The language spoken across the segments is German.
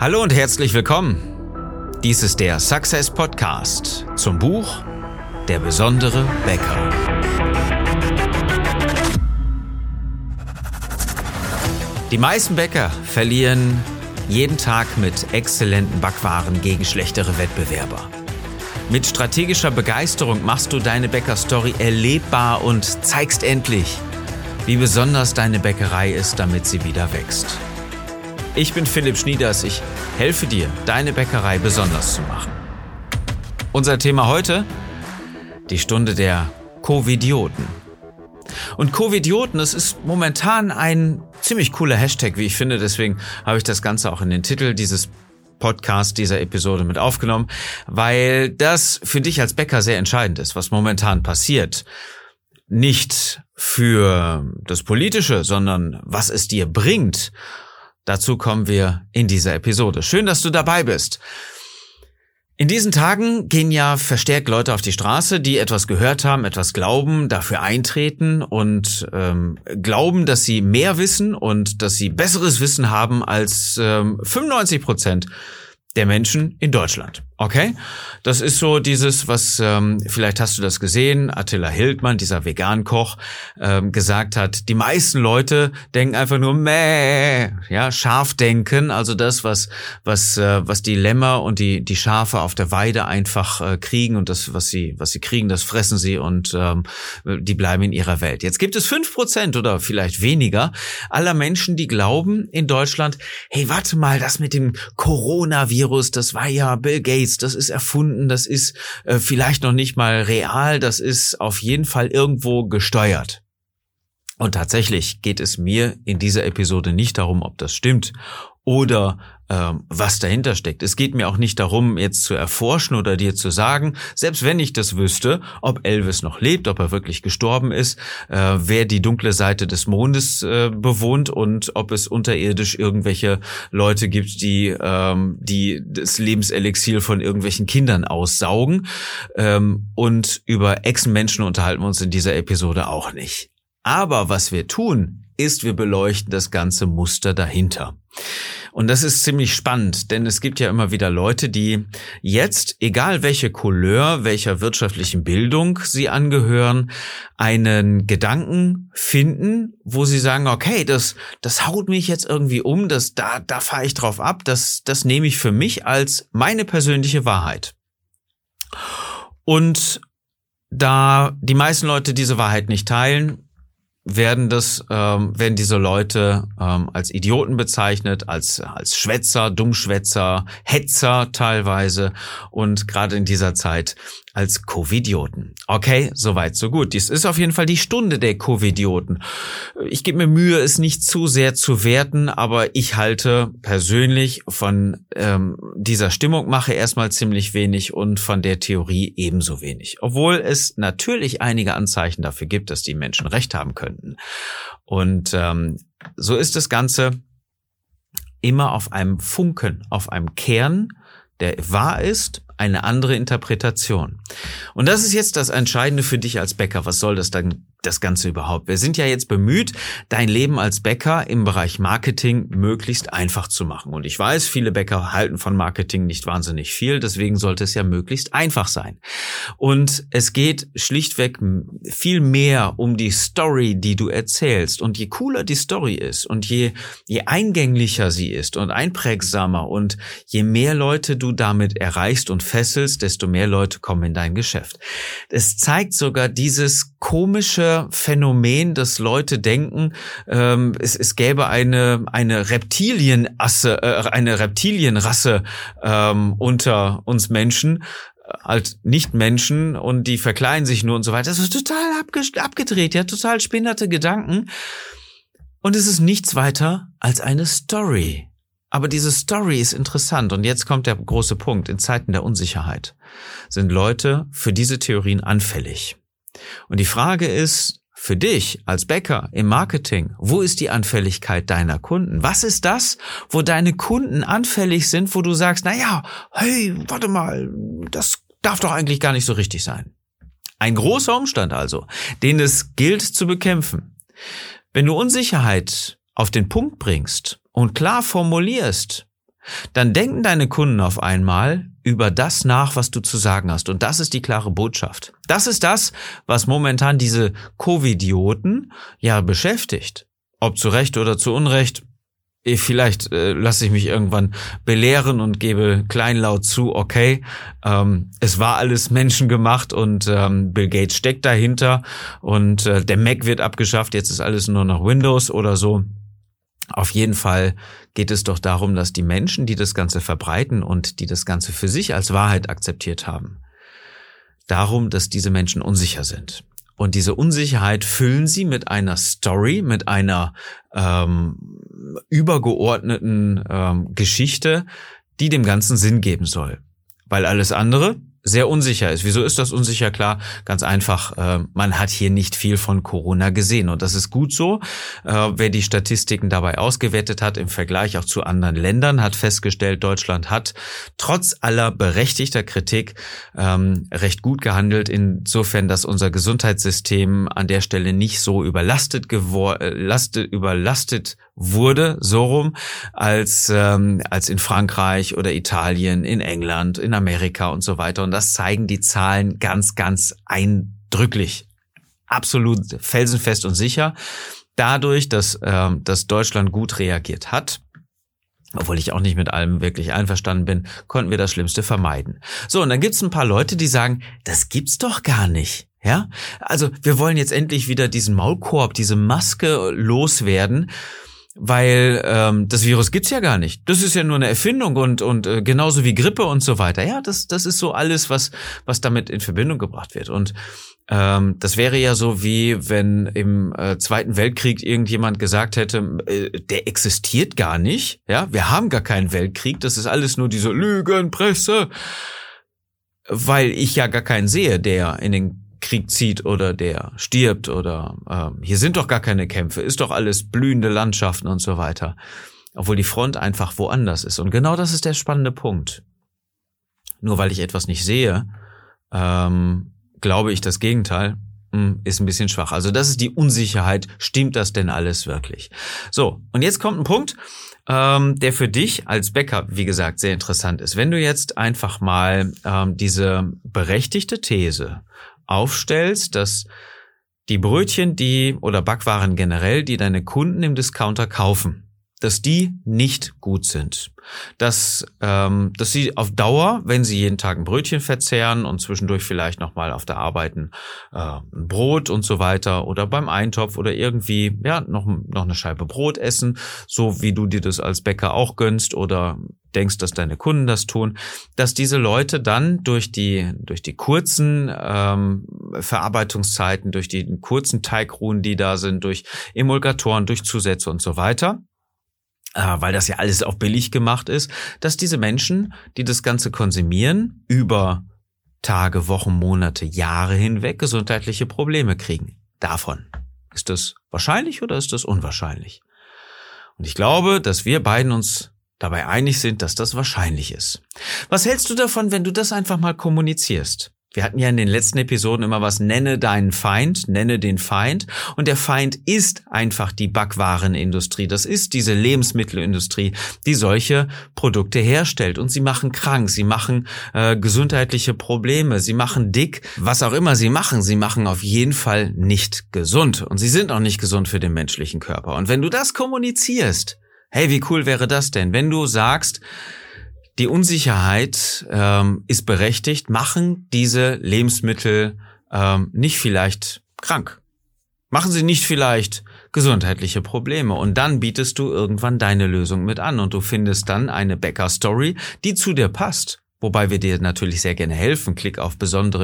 Hallo und herzlich willkommen. Dies ist der Success Podcast zum Buch Der besondere Bäcker. Die meisten Bäcker verlieren jeden Tag mit exzellenten Backwaren gegen schlechtere Wettbewerber. Mit strategischer Begeisterung machst du deine Bäckerstory erlebbar und zeigst endlich, wie besonders deine Bäckerei ist, damit sie wieder wächst. Ich bin Philipp Schnieders, ich helfe dir, deine Bäckerei besonders zu machen. Unser Thema heute? Die Stunde der Covidioten. Und Covidioten, das ist momentan ein ziemlich cooler Hashtag, wie ich finde, deswegen habe ich das Ganze auch in den Titel dieses Podcast, dieser Episode mit aufgenommen, weil das für dich als Bäcker sehr entscheidend ist, was momentan passiert. Nicht für das Politische, sondern was es dir bringt. Dazu kommen wir in dieser Episode. Schön, dass du dabei bist. In diesen Tagen gehen ja verstärkt Leute auf die Straße, die etwas gehört haben, etwas glauben, dafür eintreten und glauben, dass sie mehr wissen und dass sie besseres Wissen haben als 95% der Menschen in Deutschland. Okay? Das ist so dieses, was, vielleicht hast du das gesehen, Attila Hildmann, dieser Vegan-Koch, gesagt hat, die meisten Leute denken einfach nur ja, Schafdenken, also das, was die Lämmer und die Schafe auf der Weide einfach kriegen und das, was sie kriegen, das fressen sie und die bleiben in ihrer Welt. Jetzt gibt es 5% oder vielleicht weniger aller Menschen, die glauben in Deutschland, hey, warte mal, das mit dem Coronavirus, das war ja Bill Gates, das ist erfunden, das ist vielleicht noch nicht mal real, das ist auf jeden Fall irgendwo gesteuert. Und tatsächlich geht es mir in dieser Episode nicht darum, ob das stimmt oder was dahinter steckt. Es geht mir auch nicht darum, jetzt zu erforschen oder dir zu sagen, selbst wenn ich das wüsste, ob Elvis noch lebt, ob er wirklich gestorben ist, wer die dunkle Seite des Mondes bewohnt und ob es unterirdisch irgendwelche Leute gibt, die das Lebenselixier von irgendwelchen Kindern aussaugen. Und über Echsenmenschen unterhalten wir uns in dieser Episode auch nicht. Aber was wir tun, ist, wir beleuchten das ganze Muster dahinter. Und das ist ziemlich spannend, denn es gibt ja immer wieder Leute, die jetzt, egal welche Couleur, welcher wirtschaftlichen Bildung sie angehören, einen Gedanken finden, wo sie sagen, okay, das haut mich jetzt irgendwie um, da fahre ich drauf ab, das nehme ich für mich als meine persönliche Wahrheit. Und da die meisten Leute diese Wahrheit nicht teilen, werden diese Leute als Idioten bezeichnet, als Schwätzer, Dummschwätzer, Hetzer teilweise und gerade in dieser Zeit als Covidioten. Okay, soweit, so gut. Dies ist auf jeden Fall die Stunde der Covidioten. Ich gebe mir Mühe, es nicht zu sehr zu werten, aber ich halte persönlich von dieser Stimmungsmache erstmal ziemlich wenig und von der Theorie ebenso wenig. Obwohl es natürlich einige Anzeichen dafür gibt, dass die Menschen recht haben könnten. Und so ist das Ganze immer auf einem Funken, auf einem Kern, der wahr ist, eine andere Interpretation. Und das ist jetzt das Entscheidende für dich als Bäcker. Was soll das dann, das Ganze überhaupt? Wir sind ja jetzt bemüht, dein Leben als Bäcker im Bereich Marketing möglichst einfach zu machen. Und ich weiß, viele Bäcker halten von Marketing nicht wahnsinnig viel, deswegen sollte es ja möglichst einfach sein. Und es geht schlichtweg viel mehr um die Story, die du erzählst. Und je cooler die Story ist und je eingänglicher sie ist und einprägsamer und je mehr Leute du damit erreichst und fesselst, desto mehr Leute kommen in dein Geschäft. Es zeigt sogar dieses komische Phänomen, dass Leute denken, es gäbe eine Reptilienrasse unter uns Menschen, als Nicht-Menschen und die verkleiden sich nur und so weiter. Das ist total abgedreht, ja, total spinnerte Gedanken. Und es ist nichts weiter als eine Story. Aber diese Story ist interessant und jetzt kommt der große Punkt. In Zeiten der Unsicherheit sind Leute für diese Theorien anfällig. Und die Frage ist für dich als Bäcker im Marketing, wo ist die Anfälligkeit deiner Kunden? Was ist das, wo deine Kunden anfällig sind, wo du sagst, naja, hey, warte mal, das darf doch eigentlich gar nicht so richtig sein. Ein großer Umstand also, den es gilt zu bekämpfen. Wenn du Unsicherheit auf den Punkt bringst und klar formulierst, dann denken deine Kunden auf einmal über das nach, was du zu sagen hast. Und das ist die klare Botschaft. Das ist das, was momentan diese Covidioten ja beschäftigt. Ob zu Recht oder zu Unrecht, vielleicht lasse ich mich irgendwann belehren und gebe kleinlaut zu, okay, es war alles menschengemacht und Bill Gates steckt dahinter und der Mac wird abgeschafft, jetzt ist alles nur noch Windows oder so. Auf jeden Fall geht es doch darum, dass die Menschen, die das Ganze verbreiten und die das Ganze für sich als Wahrheit akzeptiert haben, darum, dass diese Menschen unsicher sind. Und diese Unsicherheit füllen sie mit einer Story, mit einer übergeordneten Geschichte, die dem Ganzen Sinn geben soll. Weil alles andere sehr unsicher ist. Wieso ist das unsicher? Klar, ganz einfach, man hat hier nicht viel von Corona gesehen und das ist gut so. Wer die Statistiken dabei ausgewertet hat im Vergleich auch zu anderen Ländern, hat festgestellt, Deutschland hat trotz aller berechtigter Kritik recht gut gehandelt, insofern, dass unser Gesundheitssystem an der Stelle nicht so überlastet wurde, so rum, als in Frankreich oder Italien, in England, in Amerika und so weiter. Und das zeigen die Zahlen ganz, ganz eindrücklich. Absolut felsenfest und sicher. Dadurch, dass Deutschland gut reagiert hat, obwohl ich auch nicht mit allem wirklich einverstanden bin, konnten wir das Schlimmste vermeiden. So, und dann gibt's ein paar Leute, die sagen, das gibt's doch gar nicht. Ja? Also wir wollen jetzt endlich wieder diesen Maulkorb, diese Maske loswerden, weil das Virus gibt's ja gar nicht. Das ist ja nur eine Erfindung und genauso wie Grippe und so weiter. Ja, das ist so alles, was damit in Verbindung gebracht wird. Und das wäre ja so, wie wenn im Zweiten Weltkrieg irgendjemand gesagt hätte, der existiert gar nicht. Ja, wir haben gar keinen Weltkrieg. Das ist alles nur diese Lügenpresse, weil ich ja gar keinen sehe, der in den Krieg zieht oder der stirbt oder hier sind doch gar keine Kämpfe, ist doch alles blühende Landschaften und so weiter. Obwohl die Front einfach woanders ist. Und genau das ist der spannende Punkt. Nur weil ich etwas nicht sehe, glaube ich das Gegenteil, ist ein bisschen schwach. Also das ist die Unsicherheit. Stimmt das denn alles wirklich? So, und jetzt kommt ein Punkt, der für dich als Bäcker, wie gesagt, sehr interessant ist. Wenn du jetzt einfach mal diese berechtigte These aufstellst, dass die Brötchen, oder Backwaren generell, die deine Kunden im Discounter kaufen, dass die nicht gut sind. Dass sie auf Dauer, wenn sie jeden Tag ein Brötchen verzehren und zwischendurch vielleicht nochmal auf der Arbeit ein Brot und so weiter oder beim Eintopf oder irgendwie noch eine Scheibe Brot essen, so wie du dir das als Bäcker auch gönnst oder denkst, dass deine Kunden das tun, dass diese Leute dann durch die kurzen Verarbeitungszeiten, durch die kurzen Teigruhen, die da sind, durch Emulgatoren, durch Zusätze und so weiter, weil das ja alles auch billig gemacht ist, dass diese Menschen, die das Ganze konsumieren, über Tage, Wochen, Monate, Jahre hinweg gesundheitliche Probleme kriegen. Davon. Ist das wahrscheinlich oder ist das unwahrscheinlich? Und ich glaube, dass wir beiden uns dabei einig sind, dass das wahrscheinlich ist. Was hältst du davon, wenn du das einfach mal kommunizierst? Wir hatten ja in den letzten Episoden immer was, nenne deinen Feind, nenne den Feind. Und der Feind ist einfach die Backwarenindustrie. Das ist diese Lebensmittelindustrie, die solche Produkte herstellt. Und sie machen krank, sie machen gesundheitliche Probleme, sie machen dick, was auch immer sie machen auf jeden Fall nicht gesund. Und sie sind auch nicht gesund für den menschlichen Körper. Und wenn du das kommunizierst, hey, wie cool wäre das denn, wenn du sagst, die Unsicherheit ist berechtigt, machen diese Lebensmittel nicht vielleicht krank. Machen sie nicht vielleicht gesundheitliche Probleme. Und dann bietest du irgendwann deine Lösung mit an und du findest dann eine Bäcker-Story, die zu dir passt. Wobei wir dir natürlich sehr gerne helfen. Klick auf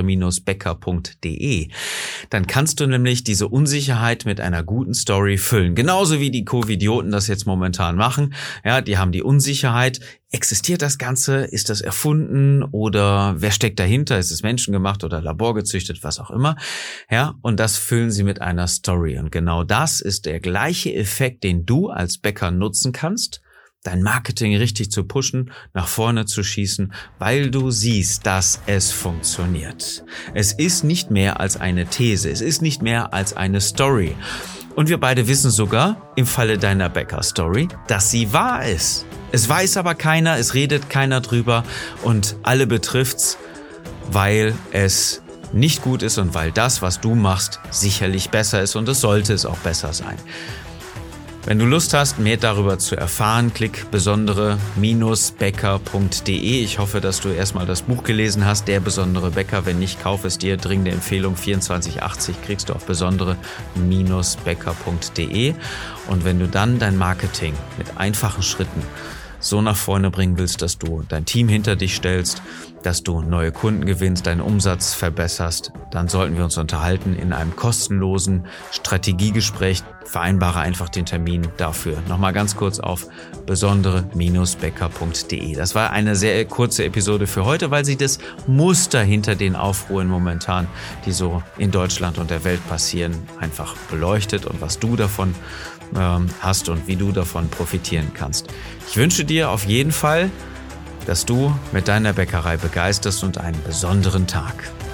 besondere-bäcker.de. Dann kannst du nämlich diese Unsicherheit mit einer guten Story füllen. Genauso wie die Covidioten das jetzt momentan machen. Ja, die haben die Unsicherheit. Existiert das Ganze? Ist das erfunden? Oder wer steckt dahinter? Ist es menschengemacht oder laborgezüchtet? Was auch immer. Ja, und das füllen sie mit einer Story. Und genau das ist der gleiche Effekt, den du als Bäcker nutzen kannst, dein Marketing richtig zu pushen, nach vorne zu schießen, weil du siehst, dass es funktioniert. Es ist nicht mehr als eine These, es ist nicht mehr als eine Story. Und wir beide wissen sogar, im Falle deiner Bäcker-Story, dass sie wahr ist. Es weiß aber keiner, es redet keiner drüber und alle betrifft's, weil es nicht gut ist und weil das, was du machst, sicherlich besser ist und es sollte es auch besser sein. Wenn du Lust hast, mehr darüber zu erfahren, klick besondere-bäcker.de. Ich hoffe, dass du erstmal das Buch gelesen hast, Der besondere Bäcker. Wenn nicht, kauf es dir. Dringende Empfehlung 24,80 kriegst du auf besondere-bäcker.de. Und wenn du dann dein Marketing mit einfachen Schritten so nach vorne bringen willst, dass du dein Team hinter dich stellst, dass du neue Kunden gewinnst, deinen Umsatz verbesserst, dann sollten wir uns unterhalten in einem kostenlosen Strategiegespräch. Vereinbare einfach den Termin dafür. Nochmal ganz kurz auf besondere-bäcker.de. Das war eine sehr kurze Episode für heute, weil sie das Muster hinter den Aufruhren momentan, die so in Deutschland und der Welt passieren, einfach beleuchtet und was du davon hast und wie du davon profitieren kannst. Ich wünsche dir auf jeden Fall, dass du mit deiner Bäckerei begeisterst und einen besonderen Tag.